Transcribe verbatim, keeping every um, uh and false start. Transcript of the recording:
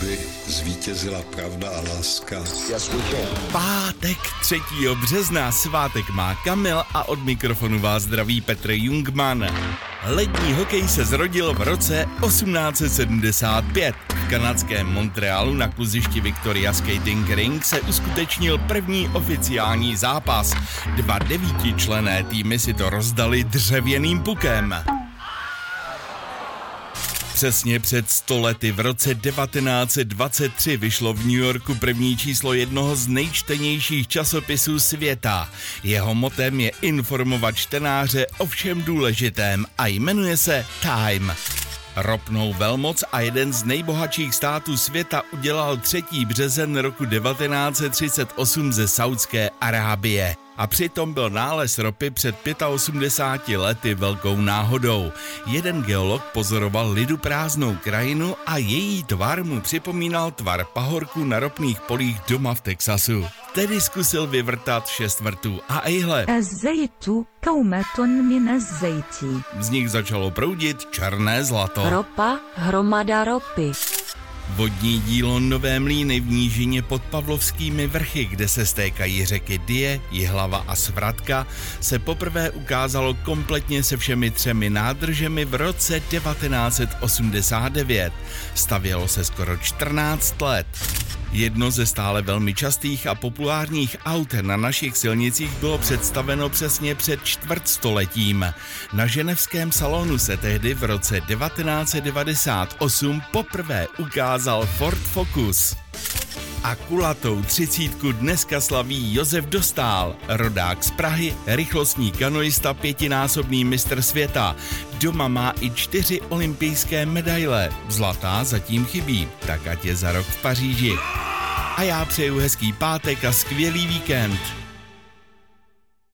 aby zvítězila pravda a láska. Pátek třetího března, svátek má Kamil a od mikrofonu vás zdraví Petr Jungmann. Lední hokej se zrodil v roce osmnáct set sedmdesát pět. V kanadském Montrealu na kluzišti Victoria Skating Rink se uskutečnil první oficiální zápas. Dva devítičlenné týmy si to rozdali dřevěným pukem. Přesně před sto lety v roce devatenáct set dvacet tři vyšlo v New Yorku první číslo jednoho z nejčtenějších časopisů světa. Jeho motem je informovat čtenáře o všem důležitém a jmenuje se Time. Ropnou velmoc a jeden z nejbohatších států světa udělal třetí březen roku devatenáct set třicet osm ze Saúdské Arábie. A přitom byl nález ropy před osmdesáti pěti lety velkou náhodou. Jeden geolog pozoroval liduprázdnou krajinu a její tvar mu připomínal tvar pahorku na ropných polích doma v Texasu. Tedy zkusil vyvrtat šest vrtů a ejhle. Z nich začalo proudit černé zlato. Ropa, hromada ropy. Vodní dílo Nové Mlýny v nížině pod Pavlovskými vrchy, kde se stékají řeky Dyje, Jihlava a Svratka, se poprvé ukázalo kompletně se všemi třemi nádržemi v roce devatenáct set osmdesát devět. Stavělo se skoro čtrnáct let. Jedno ze stále velmi častých a populárních aut na našich silnicích bylo představeno přesně před čtvrtstoletím. Na ženevském salonu se tehdy v roce devatenáct set devadesát osm poprvé ukázal Ford Focus. A kulatou třicítku dneska slaví Josef Dostál, rodák z Prahy, rychlostní kanoista, pětinásobný mistr světa. Doma má i čtyři olympijské medaile, zlatá zatím chybí, tak ať je za rok v Paříži. A já přeju hezký pátek a skvělý víkend.